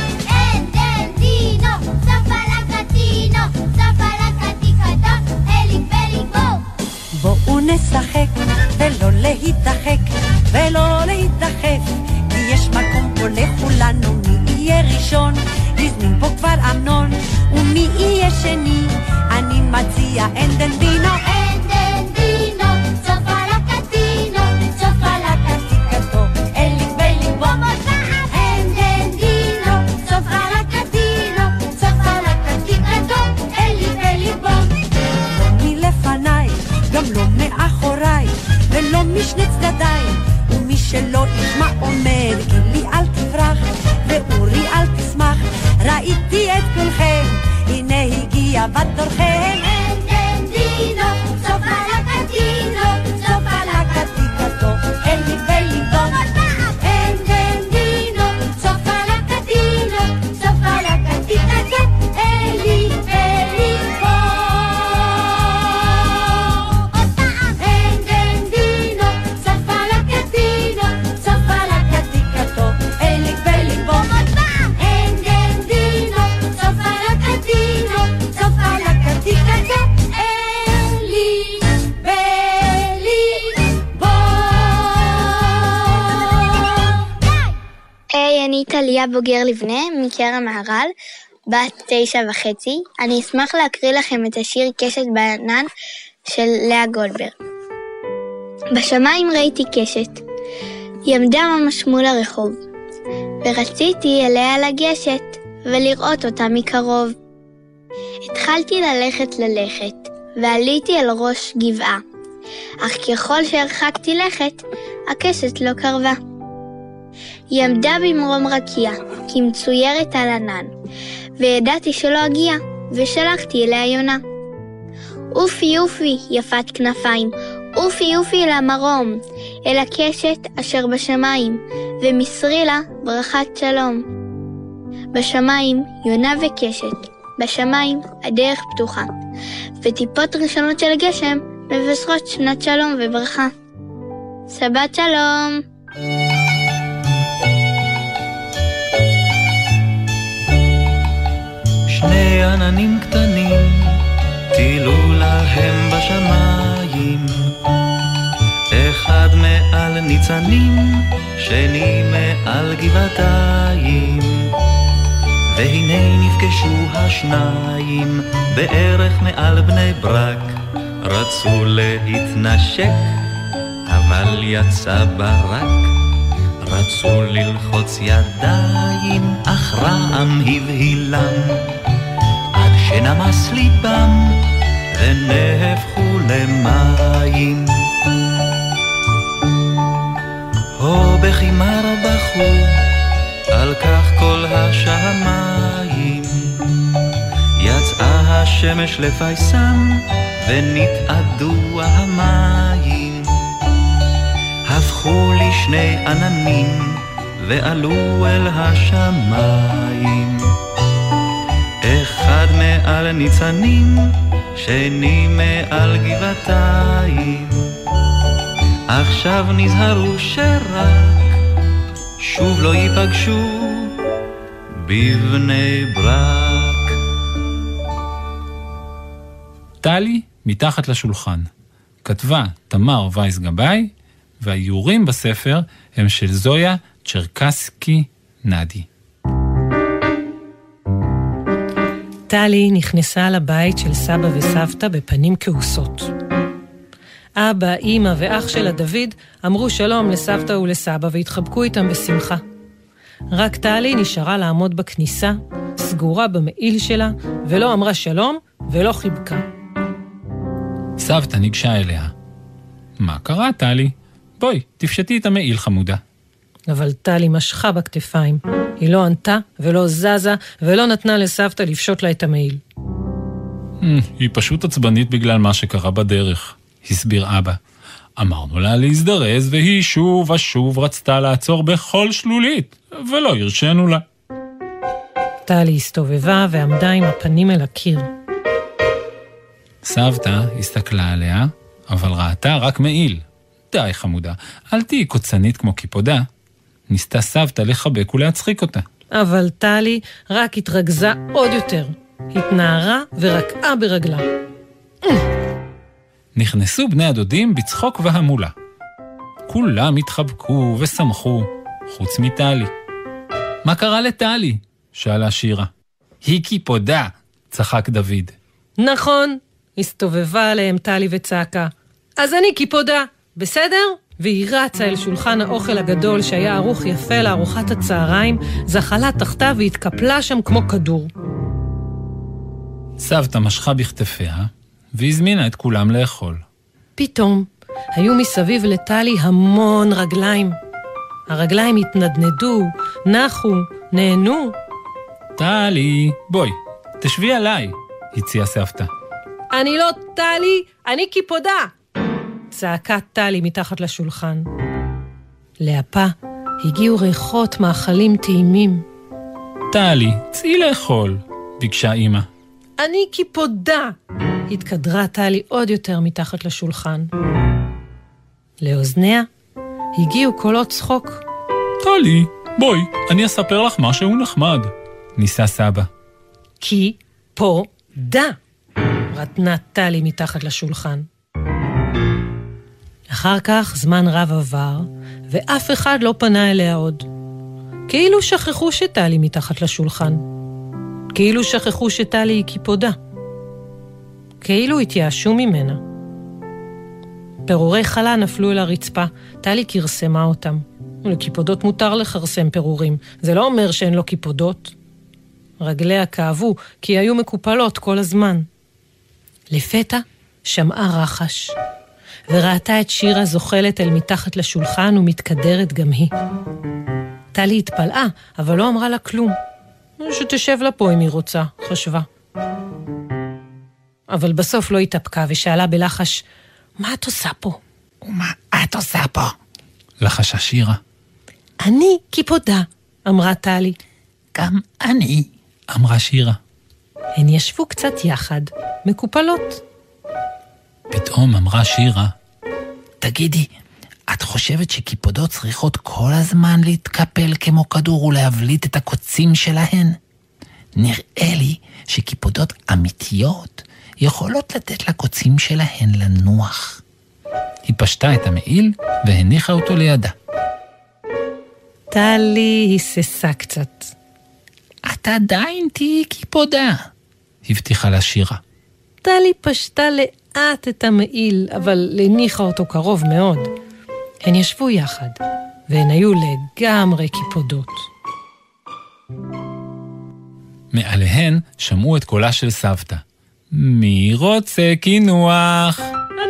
בואו נשחק ולא להתרחק ולא להתרחף, כי יש מקום פה לכולנו. מי יהיה ראשון? הזמין פה כבר אמנון. ומי יהיה שני? אני מציע אנדנדינו. אנדנדינו, סוף על הקטינו, סוף על הקטיקתו, אליק בליק בומות. אנדנדינו, סוף על הקטינו, סוף על הקטיקתו, אליק בליק בומות. לא מלפניי, גם לא מאחוריי, ולא משני צדדיי. ומי שלא ישמע אומר, גילי אל תברח, ואורי אל תשמח. ראיתי את כולכם, הנה הגיע בתורכם. אנדנדינו, סוף על הקטינו, סוף על הקטיקתו, אליק בליק בומות. אנדנדינו, סוף על הקטינו, סוף על הקטיקתו, אליק בליק בומות. אנדנדינו, סוף על הקטינו, סוף על הקטיקתו, אליק בליק בומות. אנדנדינו, סוף על הקטינו, סוף על הקטיקתו, אליק בליק בומות. היי, אני טליה בוגר לבנה מקרם מהר"ל, בת 9.5. אני אשמח להקריא לכם את השיר קשת בענן של לאה גולדברג. בשמיים ראיתי קשת, היא עמדה ממש מול הרחוב, ורציתי אליה לגשת ולראות אותה מקרוב. התחלתי ללכת, ועליתי על ראש גבעה, אך ככל שהרחקתי לכת, הקשת לא קרבה. היא עמדה במרום רקיע, כמצוירת על ענן, וידעתי שלא אגיע, ושלחתי אליה יונה. אופי אופי יפת כנפיים, אופי אופי למרום, אל הקשת אשר בשמיים, ומסרי לה ברכת שלום. בשמיים יונה וקשת, בשמיים הדרך פתוחה, וטיפות ראשונות של הגשם מבשרות שנת שלום וברכה. שבת שלום. שני עננים קטנים טילו להם בשמיים, אחד מעל ניצנים, שני מעל גבעתיים. והנה נפגשו השניים בערך מעל בני ברק, רצו להתנשק אבל יצא ברק. רצו ללחוץ ידיים אך רעם הבהילם, עד שנמס ליבם ונהפכו למים. הו בחימר בחו על כך כל השמיים, יצאה השמש לפייסם ונתעדו המים. הפכו לשני עננים ועלו אל השמיים, אחד מעל ניצנים, שני מעל גבעתיים. עכשיו נזהרו שרק שוב לא ייפגשו בבני ברק. טלי מתחת לשולחן. כתבה תמר וייס גבאי, והאיורים בספר הם של זויה צ'רקסקי נדי. טלי נכנסה לבית של סבא וסבתא בפנים כעוסות. אבא, אמא ואח שלה דוד אמרו שלום לסבתא ולסבא והתחבקו איתם בשמחה. רק טלי נשארה לעמוד בכניסה, סגורה במעיל שלה, ולא אמרה שלום ולא חיבקה. סבתא ניגשה אליה. מה קרה, טלי? בואי, תפשטי את המעיל, חמודה. אבל טלי משכה בכתפיים. היא לא ענתה ולא זזה ולא נתנה לסבתא לפשוט לה את המעיל. היא פשוט עצבנית בגלל מה שקרה בדרך, הסביר אבא. אמרנו לה להזדרז והיא שוב ושוב רצתה לעצור בכל שלולית, ולא הרשנו לה. טלי הסתובבה ועמדה עם הפנים אל הקיר. סבתא הסתכלה עליה, אבל ראתה רק מעיל. די חמודה, אל תהי קוצנית כמו קיפודה. ניסתה סבתא לחבק ולהצחיק אותה. אבל טלי רק התרגזה עוד יותר. התנערה ורקעה ברגלה. נכנסו בני הדודים בצחוק והמולה. כולם התחבקו ושמחו, חוץ מטלי. מה קרה לטלי? שאלה שירה. היא קיפודה, צחק דוד. נכון, הסתובבה עליהם טלי וצעקה. אז אני קיפודה, בסדר? והיא רצה אל שולחן האוכל הגדול שהיה ערוך יפה לארוחת הצהריים, זחלה תחתה והתקפלה שם כמו כדור. סבתא משכה בכתפיה והזמינה את כולם לאכול. פתאום היו מסביב לטלי המון רגליים. הרגליים התנדנדו, נחו, נהנו. טלי, בואי, תשבי עליי, הציעה סבתא. אני לא טלי, אני קיפודה. צעקה טלי מתחת לשולחן. להפה הגיעו ריחות מאכלים טעימים. טלי, צאי לאכול, ביקשה אמא. אני קיפודה. התקדרה טלי עוד יותר מתחת לשולחן. לאוזניה הגיעו קולות צחוק. טלי, בואי, אני אספר לך משהו נחמד, ניסה סבא. קיפודה. רטנה טלי מתחת לשולחן. אחר כך זמן רב עבר, ואף אחד לא פנה אליה עוד. כאילו שכחו שטלי מתחת לשולחן. כאילו שכחו שטלי היא קיפודה. כאילו התייאשו ממנה. פירורי חלה נפלו אל הרצפה, טלי קרסמה אותם. לקיפודות מותר לחרסם פירורים, זה לא אומר שהן לא קיפודות. רגליה כאבו, כי היו מקופלות כל הזמן. לפתע שמעה רחש, וראתה את שירה זוחלת אל מתחת לשולחן ומתקדרת גם היא. טלי התפלאה, אבל לא אמרה לה כלום. שתשב לה פה אם היא רוצה, חשבה. אבל בסוף לא התאפקה ושאלה בלחש, מה את עושה פה? ומה את עושה פה? לחשה שירה. אני קיפודה, אמרה טלי. גם אני, אמרה שירה. הן ישבו קצת יחד, מקופלות. פתאום אמרה שירה, תגידי, את חושבת שקיפודות צריכות כל הזמן להתקפל כמו כדור ולהבליט את הקוצים שלהן? נראה לי שקיפודות אמיתיות יכולות לתת לקוצים שלהן לנוח. היא פשטה את המעיל והניחה אותו לידה. טלי היססה קצת. את עדיין תהי קיפודה, הבטיחה לה שירה. טלי פשטה לאט את המעיל, אבל הניחה אותו קרוב מאוד. הן ישבו יחד, והן היו לגמרי קיפודות. מעליהן שמעו את קולה של סבתא. מי רוצה קינוח?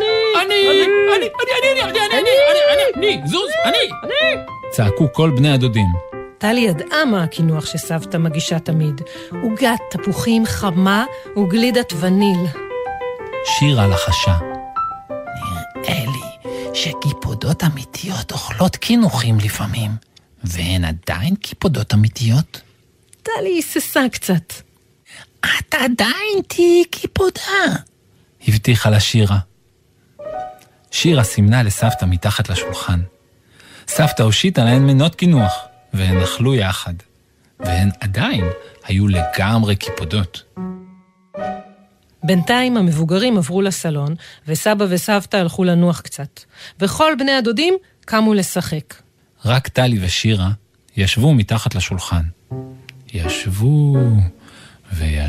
אני, זוז, אני. צעקו כל בני הדודים. טלי ידעה מה הקינוח שסבתא מגישה תמיד. עוגת תפוחים חמה וגלידת וניל. שירה לחשה. נראה לי שקיפודות אמיתיות אוכלות קינוחים לפעמים, והן עדיין קיפודות אמיתיות. טלי היססה קצת. את עדיין תהי קיפודה, הבטיחה לה שירה. שירה סימנה לסבתא מתחת לשולחן. סבתא הושיטה להן מנות קינוח, והן אכלו יחד. והן עדיין היו לגמרי קיפודות. בינתיים המבוגרים עברו לסלון, וסבא וסבתא הלכו לנוח קצת. וכל בני הדודים קמו לשחק. רק טלי ושירה ישבו מתחת לשולחן. ישבו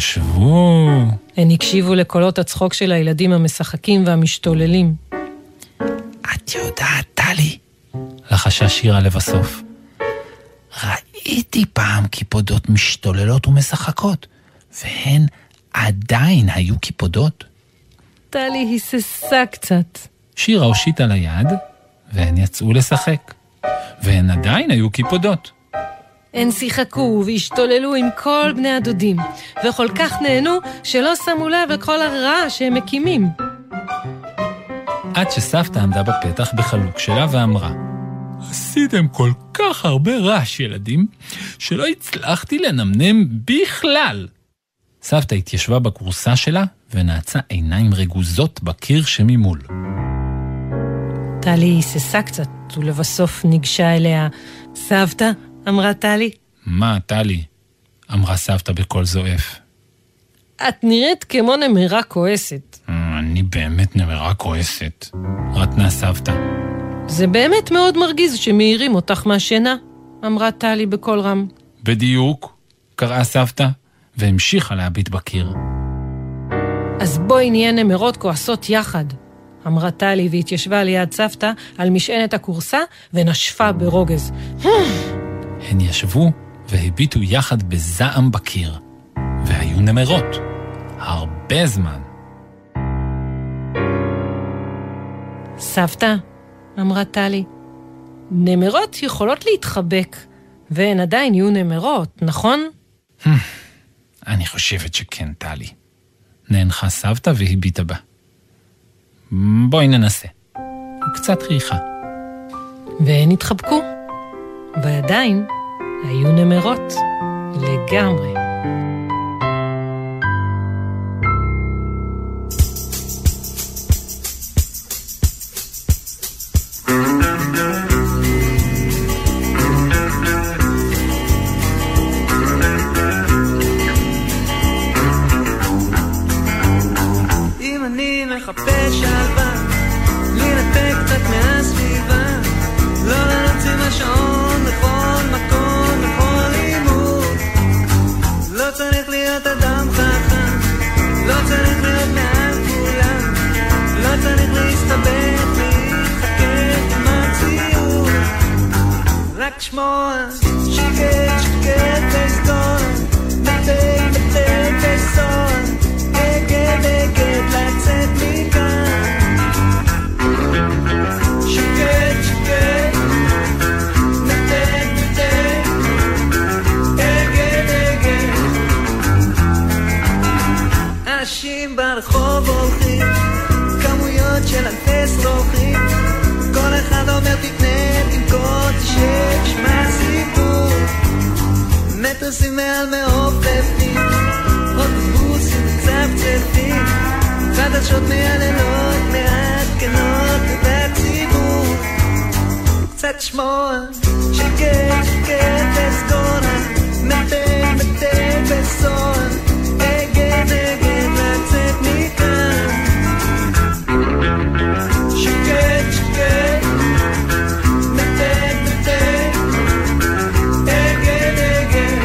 וישבו. הן הקשיבו לקולות הצחוק של הילדים המשחקים והמשתוללים. את יודעת, טלי, לחשה שירה לבסוף. ראיתי פעם קיפודות משתוללות ומשחקות, והן עדיין היו קיפודות. טלי היססה קצת. שירה הושיטה ליד, והן יצאו לשחק. והן עדיין היו קיפודות. הן שיחקו והשתוללו עם כל בני הדודים, וכל כך נהנו שלא שמו לב לכל הרע שהם מקימים. עד שסבתא עמדה בפתח בחלוק שלה ואמרה, עשיתם כל כך הרבה רעש, ילדים, שלא הצלחתי לנמנם בכלל. סבתא התיישבה בקורסה שלה ונעצה עיניים רגוזות בקיר שממול. טלי היססה קצת ולבסוף ניגשה אליה. סבתא, אמרה טלי. מה, טלי? אמרה סבתא בקול זועף. את נראית כמו נמרה כועסת. אני באמת נמרה כועסת, רטנה סבתא. זה באמת מאוד מרגיז שמאירים אותך מהשינה, אמרה טלי בקול רם. בדיוק, קראה סבתא, והמשיכה להביט בקיר. אז בואי נהיה נמרות כועסות יחד, אמרה טלי והתיישבה ליד סבתא על משענת הקורסה ונשפה ברוגז. הן ישבו והביטו יחד בזעם בקיר, והיו נמרות, הרבה זמן. סבתא, אמרה טלי, נמרות יכולות להתחבק, והן עדיין יהיו נמרות, נכון? אני חושבת שכן, טלי. נענחה סבתא והביטה בה. בואי ננסה. קצת ריחה. והן התחבקו, ועדיין היו נמרות לגמרי. ברחוב הולכים, כמויות של אלפי שרוכים, כל אחד אומר תתנהל עם קוד ששמע סיפור, מטוסים מעל מעופפים, אוטובוסים מצפצפים, חדשות מהלילות מעדכנות את הציבור, קצת שמוע, שקט שקט וסגונה, מטל מטל וסון, אגד אגד לצאת מכאן, שקט שקט מטל מטל, אגד אגד.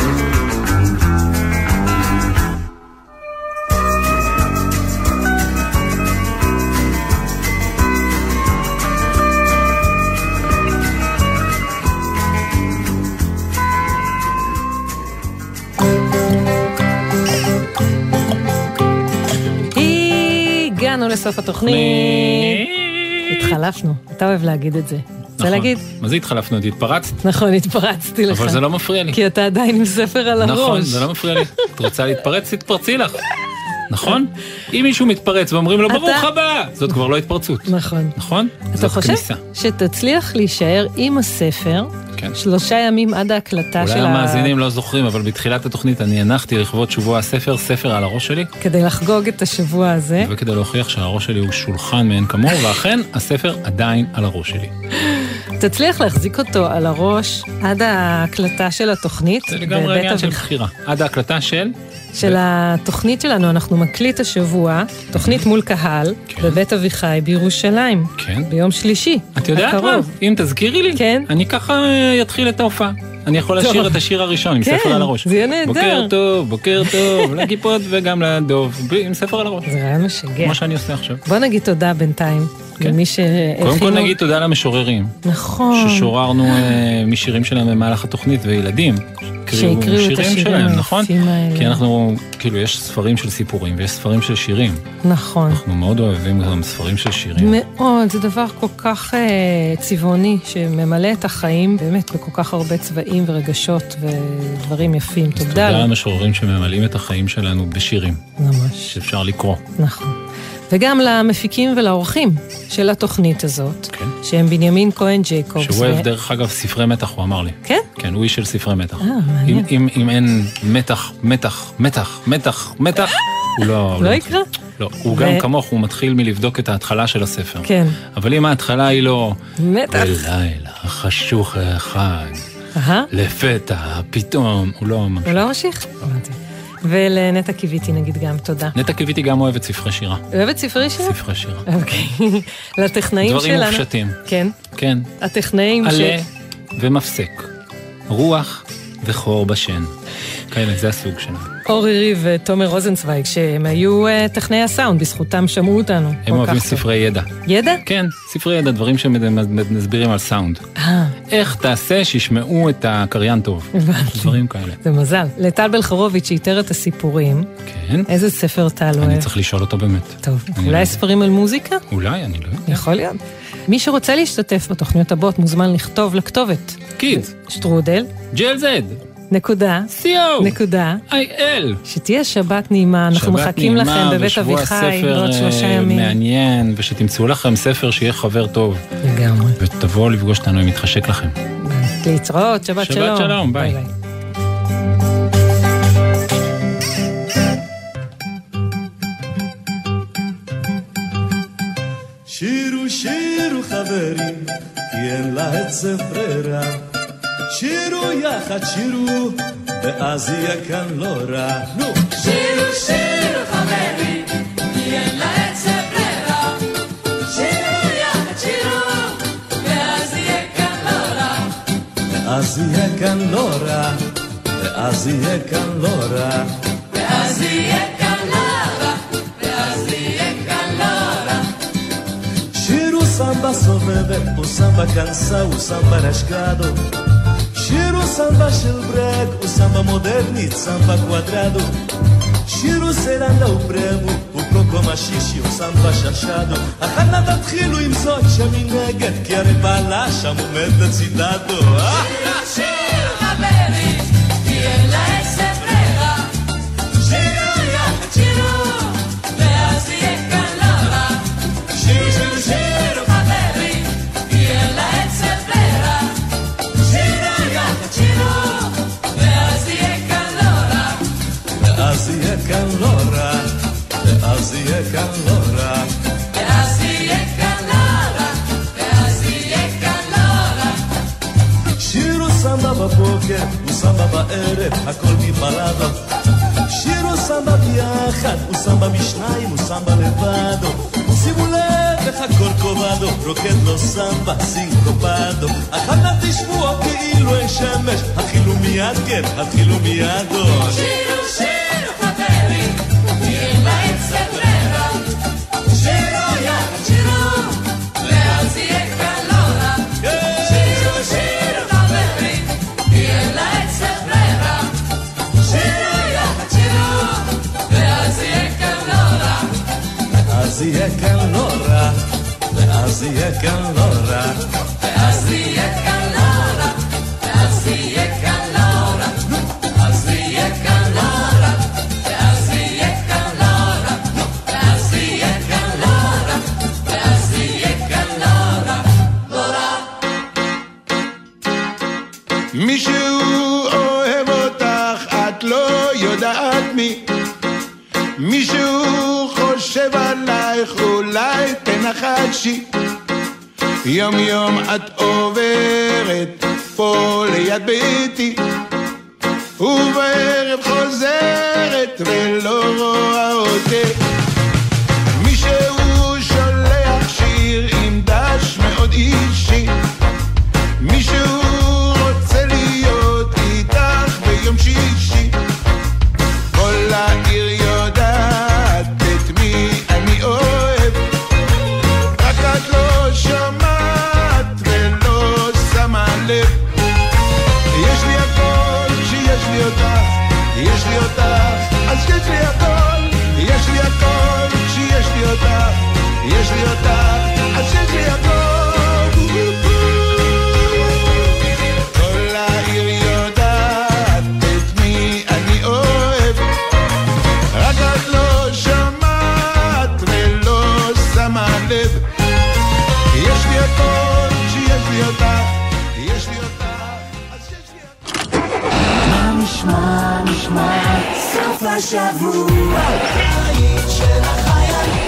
הגענו לסוף התוכנית. התחלפנו, אתה אוהב להגיד את זה. רוצה להגיד? מה זה התחלפנו? התפרצת? נכון, התפרצתי לך. אבל זה לא מפריע לי. כי אתה עדיין עם ספר על הראש. נכון, זה לא מפריע לי. את רוצה להתפרץ? תתפרצי לך. נכון? אם מישהו מתפרץ ואומרים לו ברוך הבא, זאת כבר לא התפרצות. נכון. נכון? אתה חושב שתצליח להישאר עם הספר 3 ימים עד ההקלטה של אולי המאזינים לא זוכרים, אבל בתחילת התוכנית אני הנחתי לכבוד שבוע הספר, ספר על הראש שלי. כדי לחגוג את השבוע הזה. וכדי להוכיח שהראש שלי הוא שולחן מאין כמוהו, ואכן הספר עדיין על הראש שלי. תצליח להחזיק אותו על הראש עד ההקלטה של התוכנית. זה לגמרי עניין של בחירה. עד ההקלטה של התוכנית שלנו, אנחנו מקליט השבוע, תוכנית מול קהל, בבית אביחי בירושלים. כן. ביום שלישי. את יודעת מה? אם תזכירי לי, אני ככה יתחיל את ההופעה. אני יכול לשיר את השיר הראשון עם ספר על הראש. זה יהיה נהדר. בוקר טוב, לגיפות וגם לדוב, עם ספר על הראש. זה רעיון משגע. מה שאני עושה עכשיו. בוא נגיד תודה בינתיים. למי שהכינו. קודם כל נגיד תודה למשוררים. נכון. ששוררנו משירים שלהם במהלך התוכנית, וילדים. שהקריאו את השירים נכון? האלה. כי אנחנו, כאילו, יש ספרים של סיפורים, ויש ספרים של שירים. נכון. אנחנו מאוד אוהבים גם ספרים של שירים. מאוד, זה דבר כל כך צבעוני, שממלא את החיים, באמת, בכל כך הרבה צבעים ורגשות ודברים יפים. תודה למשוררים שממלאים את החיים שלנו בשירים. ממש. שאפשר לקרוא. נכון. וגם למפיקים ולאורחים של התוכנית הזאת, כן. שהם בנימין כהן ג'ייקובס. שהוא אוהב דרך אגב ספרי מתח, הוא אמר לי. כן? כן, הוא איש של ספרי מתח. מעניין. אם אין מתח, הוא לא יקרא? לא, הוא גם כמוך, הוא מתחיל מלבדוק את ההתחלה של הספר. כן. אבל אם ההתחלה היא לא... מתח. בלילה, חשוך אחד, לפתע, פתאום, הוא לא ממשיך. הוא לא ממשיך? אמרתי. ולנטע קיוויתי נגיד גם תודה. נטע קיוויתי גם אוהבת ספרי שירה. אוהבת ספרי שירה? ספרי שירה. אוקיי. לטכנאים שלנו. דברים מופשטים. כן. כן. הטכנאים עלה ומפסק. רוח וחור בשן. כאלה, זה הסוג שלנו. אורי ריב ותומר רוזנצוויג, שהם היו טכנאי הסאונד, בזכותם שמעו אותנו. הם אוהבים ספרי ידע. ידע? כן, ספרי ידע, דברים שמסבירים על סאונד. איך תעשה שישמעו את הקריין טוב. דברים כאלה. זה מזל. לטל בלחרוביץ' שאיתר את הסיפורים. כן. איזה ספר טל אוהב? אני צריך לשאול אותו באמת. טוב, אולי ספרים על מוזיקה? אולי, אני לא יודע. יכול להיות. מי שרוצה להשתתף בתוכניות הבאות מוזמן לכתוב לכתובת. קידס. שטרודל. GLZ. נקודה. CO. נקודה. IL. שתהיה שבת נעימה, אנחנו מחכים לכם בבית אביחי בעוד 3 ימים. מעניין, ושתמצאו לכם ספר שיהיה חבר טוב. לגמרי. ותבואו לפגוש אותנו אם מתחשק לכם. להתראות, שבת שלום. שבת שלום, ביי. שירו שירו חברים, כי אין לה עצב ברירה. שירו יחד שירו, ואז יהיה כאן לא רע. נו! שירו שירו חברים, כי אין לה עצב ברירה. שירו יחד שירו, ואז יהיה כאן לא רע. ואז יהיה כאן לא רע. ואז יהיה כאן לא רע. ואז יהיה כאן לא רע. ואז יהיה כאן לא רע. שירו סמבה סובבת, הוא סמבה קנסה, הוא סמבה נשקדו. Shiro samba של ברק, הוא סמבה מודרנית, סמבה קוואדרדו. שירו סרנדה ופרמו, ופרוקו משישי, הוא סמבה ששדו. אחת תתחילו עם זאת שמנגד, כי הרי בעלה שם עומד לצידדו. שירו שירו חברים, כי אין לה עצב ברירה. שירו יחד שירו, ואז יהיה כאן לא רע. שירו שירו חברים, כי אין לה עצב ברירה. ואז יהיה כאן לא רע, ואז יהיה כאן לא רע, ואז יהיה כאן לא רע, ואז יהיה כאן לא רע. שירו סמבה בבוקר, הוא סמבה בערב, הכל מבלדו. שירו סמבה ביחד, הוא סמבה משניים, הוא סמבה לבדו. שימו לב איך הכל קובדו, רוקד לו סמבה, סינקופדו. אחת תשבו כאילו אין שמש, התחילו מיד כן, התחילו מידו. שירו שירו חברים, כי אין לה עצב ברירה. שירו יחד שירו, ואז יהיה כאן לא רע. שירו שירו חברים, כי אין לה עצב ברירה. שירו יחד שירו, ואז יהיה כאן לא רע. ואז יהיה כאן לא רע, ואז יהיה כאן לא רע, ואז יהיה כאן לא רע, ואז יהיה כאן לא רע, ואז יהיה כאן לא רע, ואז יהיה כאן לא רע, ואז יהיה כאן לא רע, ואז יהיה כאן לא רע, לא רע. מישהו אוהב אותך, את לא יודעת מי. מישהו חושב עלייך, אולי תנחשי. יום יום את עוברת פה ליד ביתי, ובערב חוזרת ולא רואה אותי. מישהו שולח שיר עם דש מאוד אישי. מישהו רוצה להיות איתך ביום שישי. כל העיר יודעת את מי אני אוהב, רק את יש לי הכל, יש לי הכל, כשיש לי אותך, יש לי אותך, אז יש לי הכל. כל העיר יודעת את מי אני אוהב, רק את לא שמעת ולא שמה לב. יש לי הכל, כשיש לי אותך, יש לי אותך, אז יש לי הכל. מה נשמע, נשמע, סוף השבוע, היית של החיילים.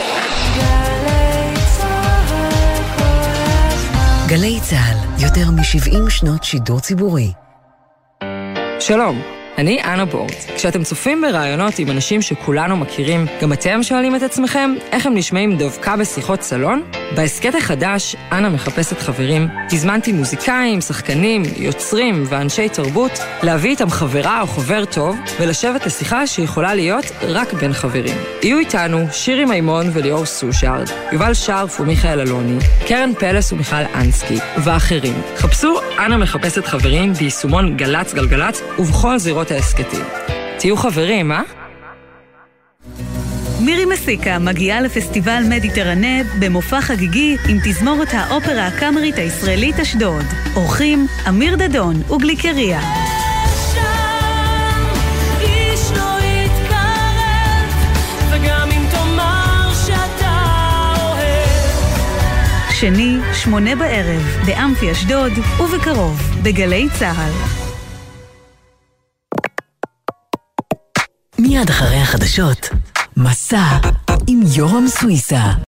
גלי צהל, יותר מ-70 שנות שידור ציבורי. שלום, אני אנה בורט. כשאתם צופים ברעיונות עם אנשים שכולנו מכירים, גם אתם שואלים את עצמכם איך הם נשמעים דווקא בשיחות סלון? בהסקט החדש, אנה מחפשת חברים, הזמנתי מוזיקאים, שחקנים, יוצרים ואנשי תרבות להביא איתם חברה או חבר טוב ולשבת לשיחה שיכולה להיות רק בין חברים. יהיו איתנו שירי מימון וליאור סושארד, יובל שרף ומיכאל אלוני, קרן פלס ומיכל אנסקי ואחרים. חפשו אנה מחפשת חברים ביישומון גלץ גלגלץ ובכל זירות ההסקטים. תהיו חברים, אה? מירי מסיקה מגיעה לפסטיבל מדיטרנה במופע חגיגי עם תזמורת האופרה הקאמרית הישראלית אשדוד. אורחים אמיר דדון וגליקריה. איש לא יתקרב, וגם אם תאמר שאתה אוהב. שני, 8 בערב, באמפי אשדוד ובקרוב, בגלי צהל. מיד אחרי החדשות, מסע עם יורם סוויסה.